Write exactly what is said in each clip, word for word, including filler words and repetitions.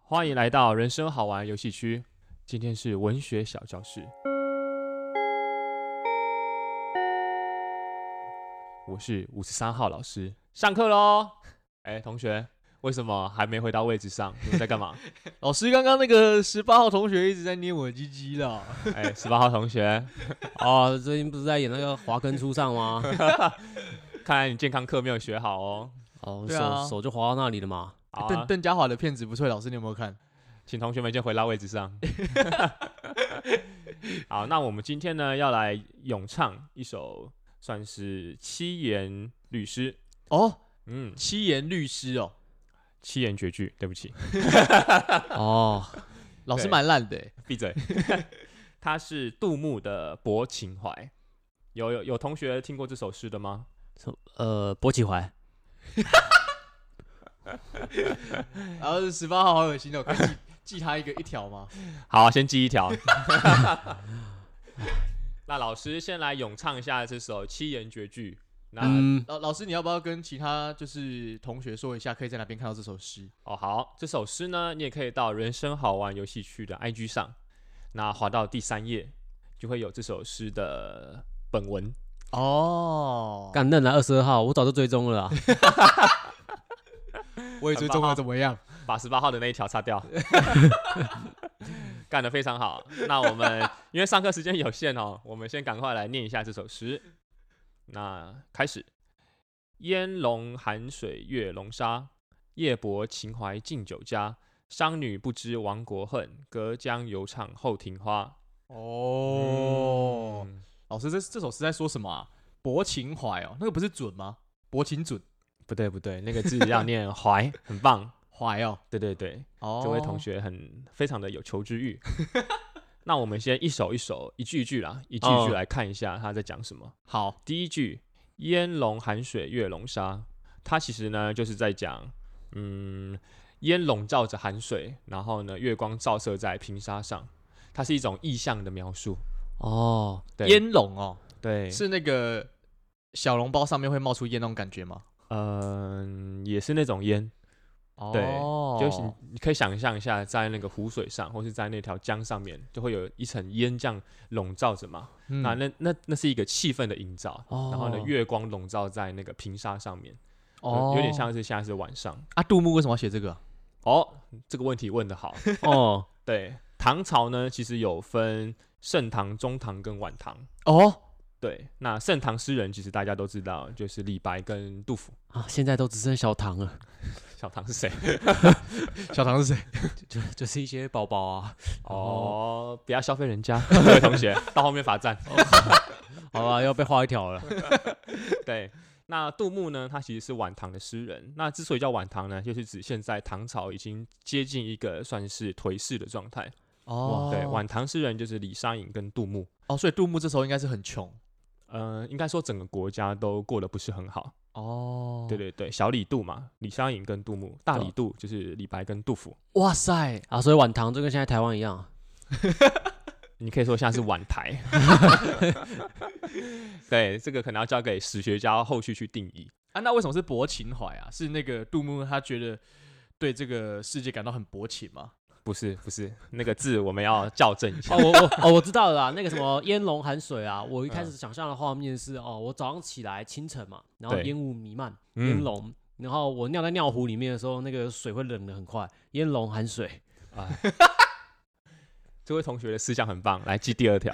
欢迎来到人生好玩游戏区，今天是文学小教室。我是五十三号老师，上课喽！哎，同学，为什么还没回到位置上？你们在干嘛？ 老师，刚刚那个十八号同学一直在捏我的鸡鸡啦。 哎，十八号同学， 哦，最近不是在演那个华根初上吗？ 看来你健康课没有学好哦。 哦， 对啊手手就滑到那里了嘛。 好啊邓邓家华的片子不错，老师你有没有看？ 请同学们先回到位置上。好，那我们今天呢要来咏唱一首算是七言律诗哦， 嗯， 七言律诗哦， 七言绝句，对不起， 哦， 老师蛮烂的欸。 闭嘴。它是杜牧的《泊秦淮》，有有有同学听过这首诗的吗？ 呃，勃起怀。 然后十八号好恶心哦，可以记记他一个一条吗？ 好，先记一条。那老师先来咏唱一下这首七言绝句。那、 嗯， 老老师你要不要跟其他就是同学说一下，可以在哪边看到这首诗？ 哦，好，这首诗呢，你也可以到人生好玩游戏区的 I G 上，那滑到第三页就会有这首诗的本文。 哦， 干嫩来二十二号，我早就追踪了啦。 我也追踪了，怎么样？ 把十八号的那一条擦掉，干得非常好。那我们因为上课时间有限哦，我们先赶快来念一下这首诗。那开始，烟笼寒水月笼沙，夜泊秦淮近酒家。商女不知亡国恨，隔江犹唱后庭花。 哦， 嗯老师这这首诗在说什么啊？泊秦淮哦，那个不是准吗？泊秦准不对不对，那个字要念怀，很棒。 淮哦。 对对对， 哦， 这位同学很非常的有求知欲。那我们先一首一首、一句一句啦，一句一句来看一下他在讲什么。 好， 第一句“烟笼寒水月笼沙”，它其实呢就是在讲，嗯，烟笼罩着寒水，然后呢月光照射在平沙上，它是一种意象的描述。 哦， 对烟笼哦， 对， 是那个小笼包上面会冒出烟那种感觉吗？ 嗯、也是那种烟。对哦， 就是你你可以想象一下，在那个湖水上，或是在那条江上面，就会有一层烟这样笼罩着嘛。 嗯那那那那是一个气氛的营造。 哦然后呢，月光笼罩在那个平沙上面， 哦有有点像是现在是晚上。 啊，杜牧为什么要写这个啊？ 哦，这个问题问得好。 哦， 对，唐朝呢其实有分盛唐、中唐跟晚唐。 哦， 对，那盛唐诗人其实大家都知道，就是李白跟杜甫。 啊，现在都只剩小唐了， 小唐是谁？ 小唐是谁？ 就就是一些宝宝啊。 哦，不要消费人家，各位同学，到后面罚站。 好吧，要被画一条了。 对，那杜牧呢？他其实是晚唐的诗人。那之所以叫晚唐呢，就是指现在唐朝已经接近一个算是颓势的状态。 哦， 对，晚唐诗人就是李商隐跟杜牧。 哦，所以杜牧这时候应该是很穷呃，应该说整个国家都过得不是很好。 哦。 对，对对，小李杜嘛，李商隐跟杜牧，大李杜就是李白跟杜甫。 哇塞， 啊，所以晚唐就跟现在台湾一样。 你可以说像是晚台。对，这个可能要交给史学家后续去定义。 啊，那为什么是泊秦淮啊？是那个杜牧他觉得对这个世界感到很薄情吗？ 不是不是，那个字我们要校正一下。 哦，我我哦，我知道了啦，那个什么烟笼寒水啊，我一开始想象的画面是哦，我早上起来清晨嘛，然后对烟雾弥漫， 嗯烟笼，然后我尿在尿壶里面的时候，那个水会冷得很快，烟笼寒水。 哎，这位同学的思想很棒，来记第二条。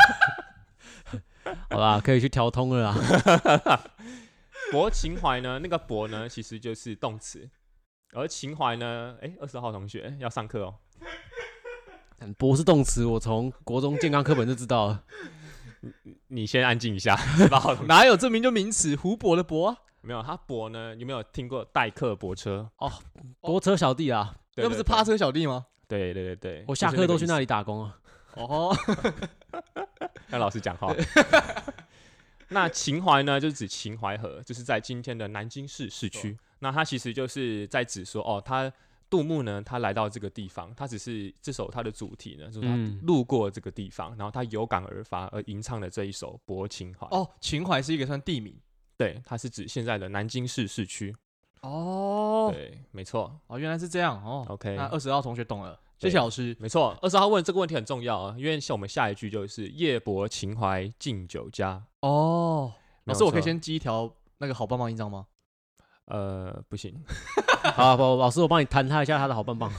好啦，可以去调通了啦。 泊秦淮呢，那个泊呢，其实就是动词，而秦淮呢，哎，二十号同学要上课哦。 博是动词，我从国中健康课本就知道了。 你先安静一下，十八号同学哪有这名就名词？湖泊的泊啊， 没有，他泊呢，有没有听过代客泊车？ 泊车小弟啊， 对对对那不是趴车小弟吗？ 对对对对， 我下课都去那里， 里打工啊。 哦， 让老师讲话。那秦淮呢，就是指秦淮河，就是在今天的南京市市区。那它其实就是在指说，哦，他杜牧呢，他来到这个地方，他只是这首他的主题呢，就是他嗯路过这个地方，然后他有感而发而吟唱的这一首《泊秦淮》。 哦，秦淮是一个算地名。 对，它是指现在的南京市市区。 哦， 对，没错。 哦，原来是这样哦。 OK 那二十号同学懂了， 对谢谢老师。 没错，二十号问这个问题很重要啊，因为像我们下一句就是夜泊秦淮近酒家。 哦， 没有老师，我可以错先寄一条那个好棒棒印章吗？ 呃不行， 好，不，老师，我帮你弹他一下他的好棒棒。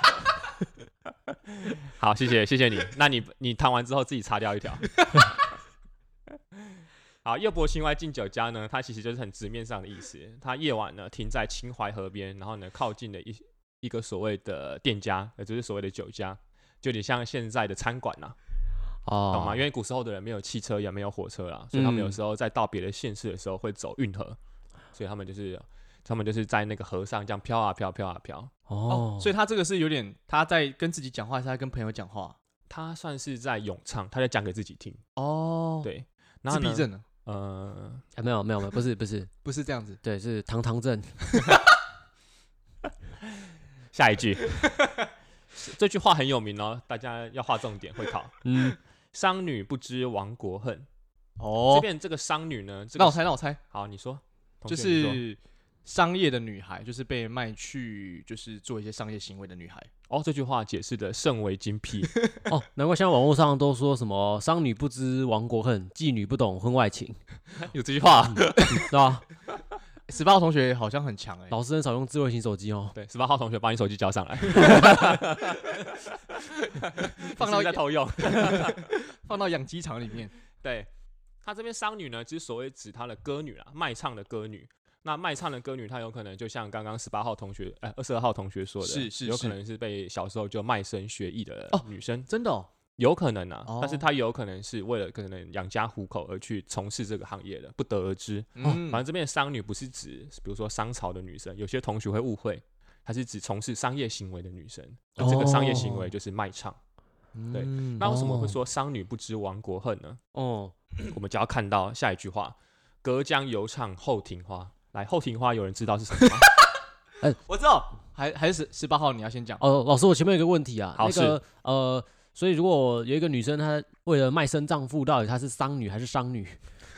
好，谢谢谢谢你。那你你弹完之后自己擦掉一条。好，夜泊秦淮近酒家呢，它其实就是很直面上的意思。它夜晚呢停在秦淮河边，然后呢靠近的一一个所谓的店家，也就是所谓的酒家，就有点像现在的餐馆呐、 哦， 懂吗？因为古时候的人没有汽车，也没有火车啦，所以他们有时候在到别的县市的时候会走运河，所以他们就是他们就是在那个河上这样飘啊飘，飘啊飘。 哦， 所以他这个是有点他在跟自己讲话，还是在跟朋友讲话？ 他算是在咏唱，他在讲给自己听。 哦，， 对，然后呢， 自闭症呢？ 呃， 啊没有没有没有，不是不是， 不是这样子。 对，是堂堂正。 下一句，这句话很有名哦，大家要画重点会考。 嗯， 商女不知亡国恨。 哦这，边这个商女呢，这个让我猜，让我猜， 好，你说，同就学你说是商业的女孩，就是被卖去，就是做一些商业行为的女孩。 哦，这句话解释的甚为精辟。 哦，难怪现在网络上都说什么“商女不知亡国恨，妓女不懂婚外情有这句话， 对吧？ 十八号同学好像很强哎， 老师很少用智慧型手机哦。 对，十八号同学把你手机交上来， 放到你是不是在偷用。 放到养鸡场里面。 对，他这边商女呢，其实所谓指她的歌女啦，卖唱的歌女。那卖唱的歌女，她有可能就像刚刚十八号同学，哎、呃，二十二号同学说的， 是是是有可能是被小时候就卖身学艺的哦女生， 真的哦， 有可能啊， 哦但是她也有可能是为了可能养家糊口而去从事这个行业的，不得而知。 嗯反正这边的商女不是指，比如说商朝的女生，有些同学会误会，她是指从事商业行为的女生，而这个商业行为就是卖唱。对嗯那为什么会哦说商女不知亡国恨呢？ 哦， 我们就要看到下一句话：隔江犹唱后庭花。来，后庭花有人知道是什么吗？ 我知道，还还是十八号你要先讲。 哦，老师，我前面有个问题啊， 好那个呃，所以如果有一个女生她为了卖身丈夫，到底她是商女还是商女？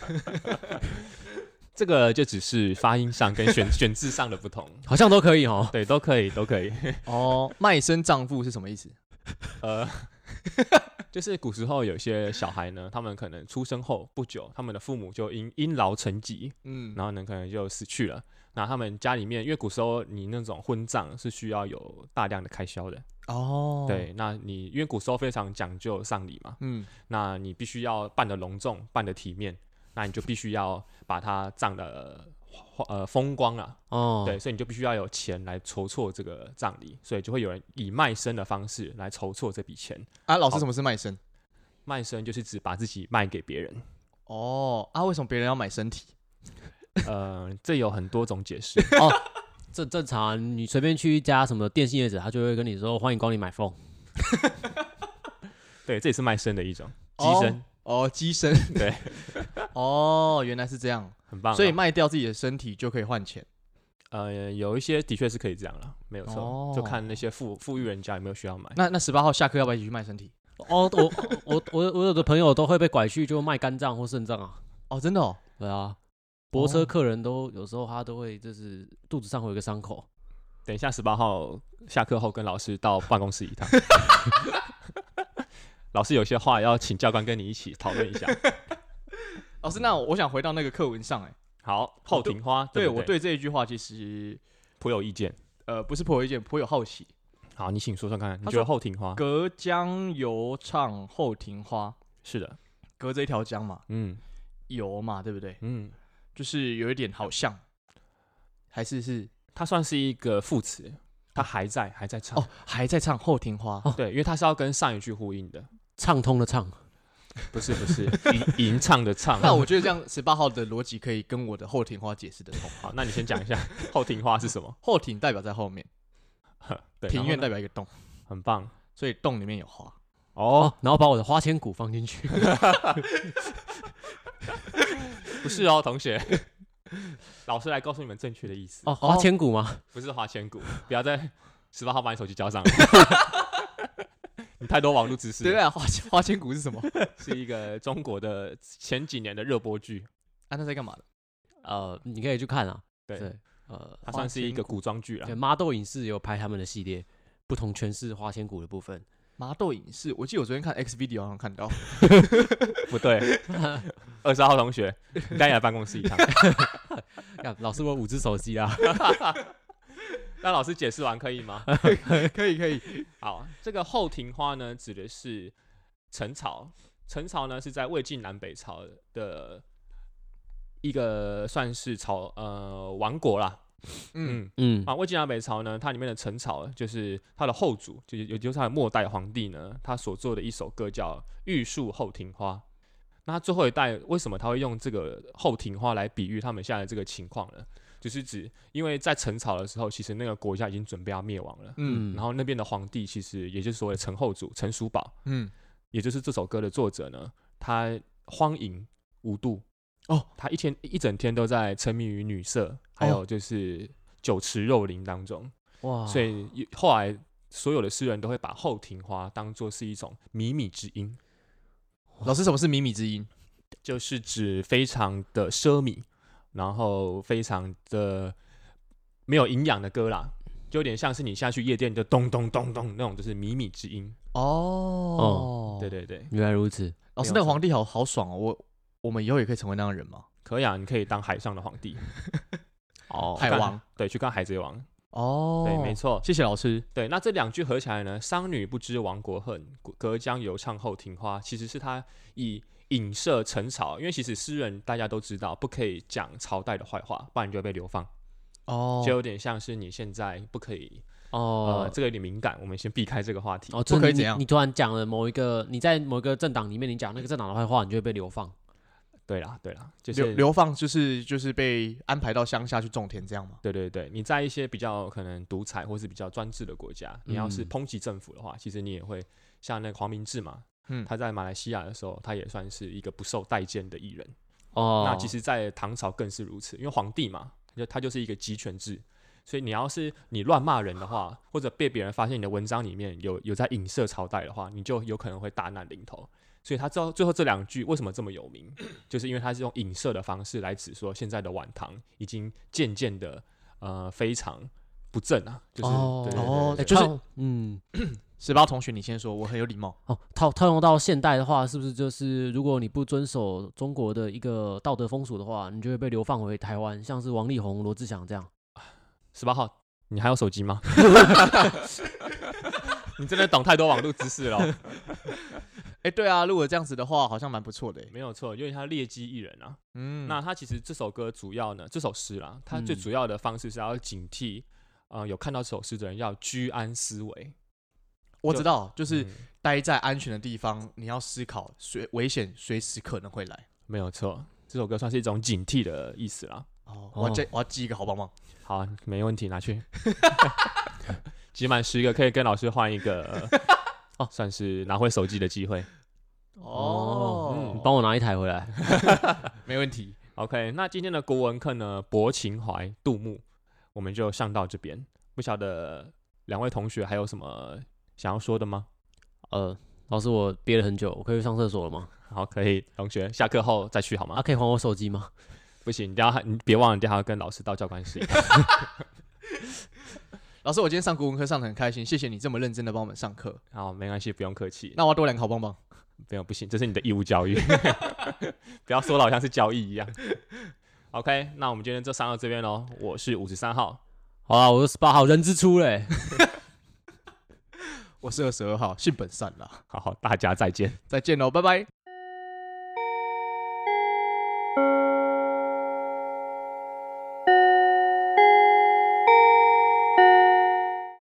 这个就只是发音上跟选选字上的不同， 好像都可以哦。 对，都可以，都可以。 哦，卖身丈夫是什么意思？ 呃，就是古时候有些小孩呢，他们可能出生后不久，他们的父母就因因劳成疾， 嗯， 然后呢可能就死去了。那他们家里面，因为古时候你那种婚葬是需要有大量的开销的， 哦，， 对，那你因为古时候非常讲究丧礼嘛， 嗯， 那你必须要办得隆重，办得体面，那你就必须要把它葬的呃风光啊， 哦， 对，所以你就必须要有钱来筹措这个葬礼，所以就会有人以卖身的方式来筹措这笔钱。 啊，老师什么是卖身？ 卖身就是指把自己卖给别人， 哦，啊，为什么别人要买身体？ 呃，这有很多种解释。 哦，正正常啊，你随便去一家什么电信业者，他就会跟你说欢迎光临买凤。 对，这也是卖身的一种，鸡哦身， 哦，鸡身。 对， 哦，原来是这样， 很棒啊。 所以卖掉自己的身体就可以换钱。 呃，有一些的确是可以这样了，没有错， 哦就看那些富富裕人家有没有需要买。 那那十八号下课要不要一起去卖身体？ 哦，我我我我有的朋友都会被拐去就卖肝脏或肾脏啊， 哦，真的哦。 对啊，泊车客人都有时候他都会就是肚子上会有一个伤口。 等一下十八号下课后跟老师到办公室一趟，老师有些话要请教官跟你一起讨论一下。 老师，那我想回到那个课文上，哎， 好，后庭花， 对不我对这一句话其实颇有意见。 呃不是颇有意见，颇有好奇。 好，你请说说看，你他觉得后庭花？ 隔江犹唱后庭花， 是的， 隔着一条江嘛， 嗯游嘛，对不对？ 嗯， 就是有一点好像，还是是它算是一个副词，它还在还在唱。 哦，还在唱后庭花。 对，因为它是要跟上一句呼应的， 畅通的畅， 不是不是吟吟唱的唱。 那我觉得这样十八号的逻辑可以跟我的后庭花解释得通。 好，那你先讲一下后庭花是什么？ 后庭代表在后面， 对， 庭院然后呢代表一个洞， 很棒所以洞里面有花。 哦， 哦，然后把我的花千骨放进去。 不是哦，同学，老师来告诉你们正确的意思， 哦，花千骨吗？ 不是花千骨，不要在十八号把你手机交上来。你太多网络知识了， 对啊，花花千骨是什么？ 是一个中国的前几年的热播剧。 啊，那在干嘛的？ 呃，你可以去看啊。 对对， 呃， 它算是一个古装剧啦对，。麻豆影视有拍他们的系列，不同诠释花千骨的部分。 麻豆影视，我记得我昨天看 X video 好像看到， 不对，二十号同学，你该来办公室一趟。 干老师，我五只手机啊。 让老师解释完可以吗？ 可以可以， 好，这个后庭花呢，指的是陈朝。陈朝呢是在魏晋南北朝的一个算是朝呃王国啦。 嗯嗯嗯啊，魏晋南北朝呢，它里面的陈朝就是它的后主，就也就是它的末代皇帝呢，他所做的一首歌叫《玉树后庭花》。那他最后一代为什么他会用这个后庭花来比喻他们现在的这个情况呢？就是指因为在陈朝的时候，其实那个国家已经准备要灭亡了， 嗯然后那边的皇帝其实也就是所谓的陈后主陈叔宝， 嗯， 也就是这首歌的作者呢，他荒淫无度哦， 他一天一整天都在沉迷于女色，还有就是酒池肉林当中， 哇， 所以后来所有的诗人都会把后庭花当作是一种靡靡之音， 老师什么是靡靡之音？ 就是指非常的奢靡，然后非常的没有营养的歌啦，就有点像是你下去夜店就咚咚咚咚那种，就是靡靡之音。 哦， 对，对对， 原来如此。 老师那个皇帝好好爽哦，我我们以后也可以成为那样的人吗？ 可以啊，你可以当海上的皇帝， 哦， 海王， 对，去看海贼王。 哦， 对，没错。 谢谢老师。 对，那这两句合起来呢，“商女不知亡国恨，隔江犹唱后庭花”，其实是他以影射陈朝，因为其实诗人大家都知道，不可以讲朝代的坏话，不然你就会被流放。 哦， 就有点像是你现在不可以， 哦呃，这个有点敏感，我们先避开这个话题。 哦，就是你不可以怎样你突然讲了某一个，你在某一个政党里面，你讲那个政党的坏话，你就会被流放。 对啦，对啦，就是流流放就是就是被安排到乡下去种田这样吗？ 对对对，你在一些比较可能独裁或是比较专制的国家，你要是嗯抨击政府的话，其实你也会像那个黄明志嘛， 嗯他在马来西亚的时候，他也算是一个不受待见的艺人。 哦， 那其实，在唐朝更是如此，因为皇帝嘛，他就他就是一个集权制，所以你要是你乱骂人的话，或者被别人发现你的文章里面有有在影射朝代的话，你就有可能会大难临头。所以他最后最后这两句为什么这么有名，就是因为他是用影射的方式来指说现在的晚唐已经渐渐的呃非常不正啊，就是、 哦对对对哦对就是套嗯， 十八同学，你先说，我很有礼貌。 哦，套套用到现代的话，是不是就是如果你不遵守中国的一个道德风俗的话，你就会被流放回台湾，像是王力宏、罗志祥这样。 十八号，你还有手机吗？你真的懂太多网络知识了哦， 哎，对啊，如果这样子的话，好像蛮不错的。 没有错，因为他劣迹艺人啊。 嗯， 那他其实这首歌主要呢，这首诗啦，他最嗯主要的方式是要警惕，呃，有看到这首诗的人要居安思危， 我知道，就是嗯待在安全的地方，你要思考随危险随时可能会来。 没有错，这首歌算是一种警惕的意思啦。 哦，我要记我要记一个好棒棒。 好，没问题，拿去。集满十个可以跟老师换一个，哦，算是拿回手机的机会。 哦，你嗯帮我拿一台回来。 没问题。 OK，那今天的国文课呢，博情怀，杜牧，我们就上到这边。不晓得两位同学还有什么想要说的吗？ 呃，老师，我憋了很久，我可以去上厕所了吗？ 好，可以，同学下课后再去好吗？ 啊，可以还我手机吗？ 不行，你等一下你别忘了，你等一下要跟老师到教官室。 老师，我今天上国文课上的很开心，谢谢你这么认真的帮我们上课。 好，没关系，不用客气。 那我要多两个好棒棒。 不用，不行，这是你的义务教育，不要说的好像是交易一样。OK， 那我们今天就上到这边喽。我是五十三号， 好啦，我是十八号人之初嘞。 我是二十二号，性本善啦。 好好，大家再见。 再见喽，拜拜。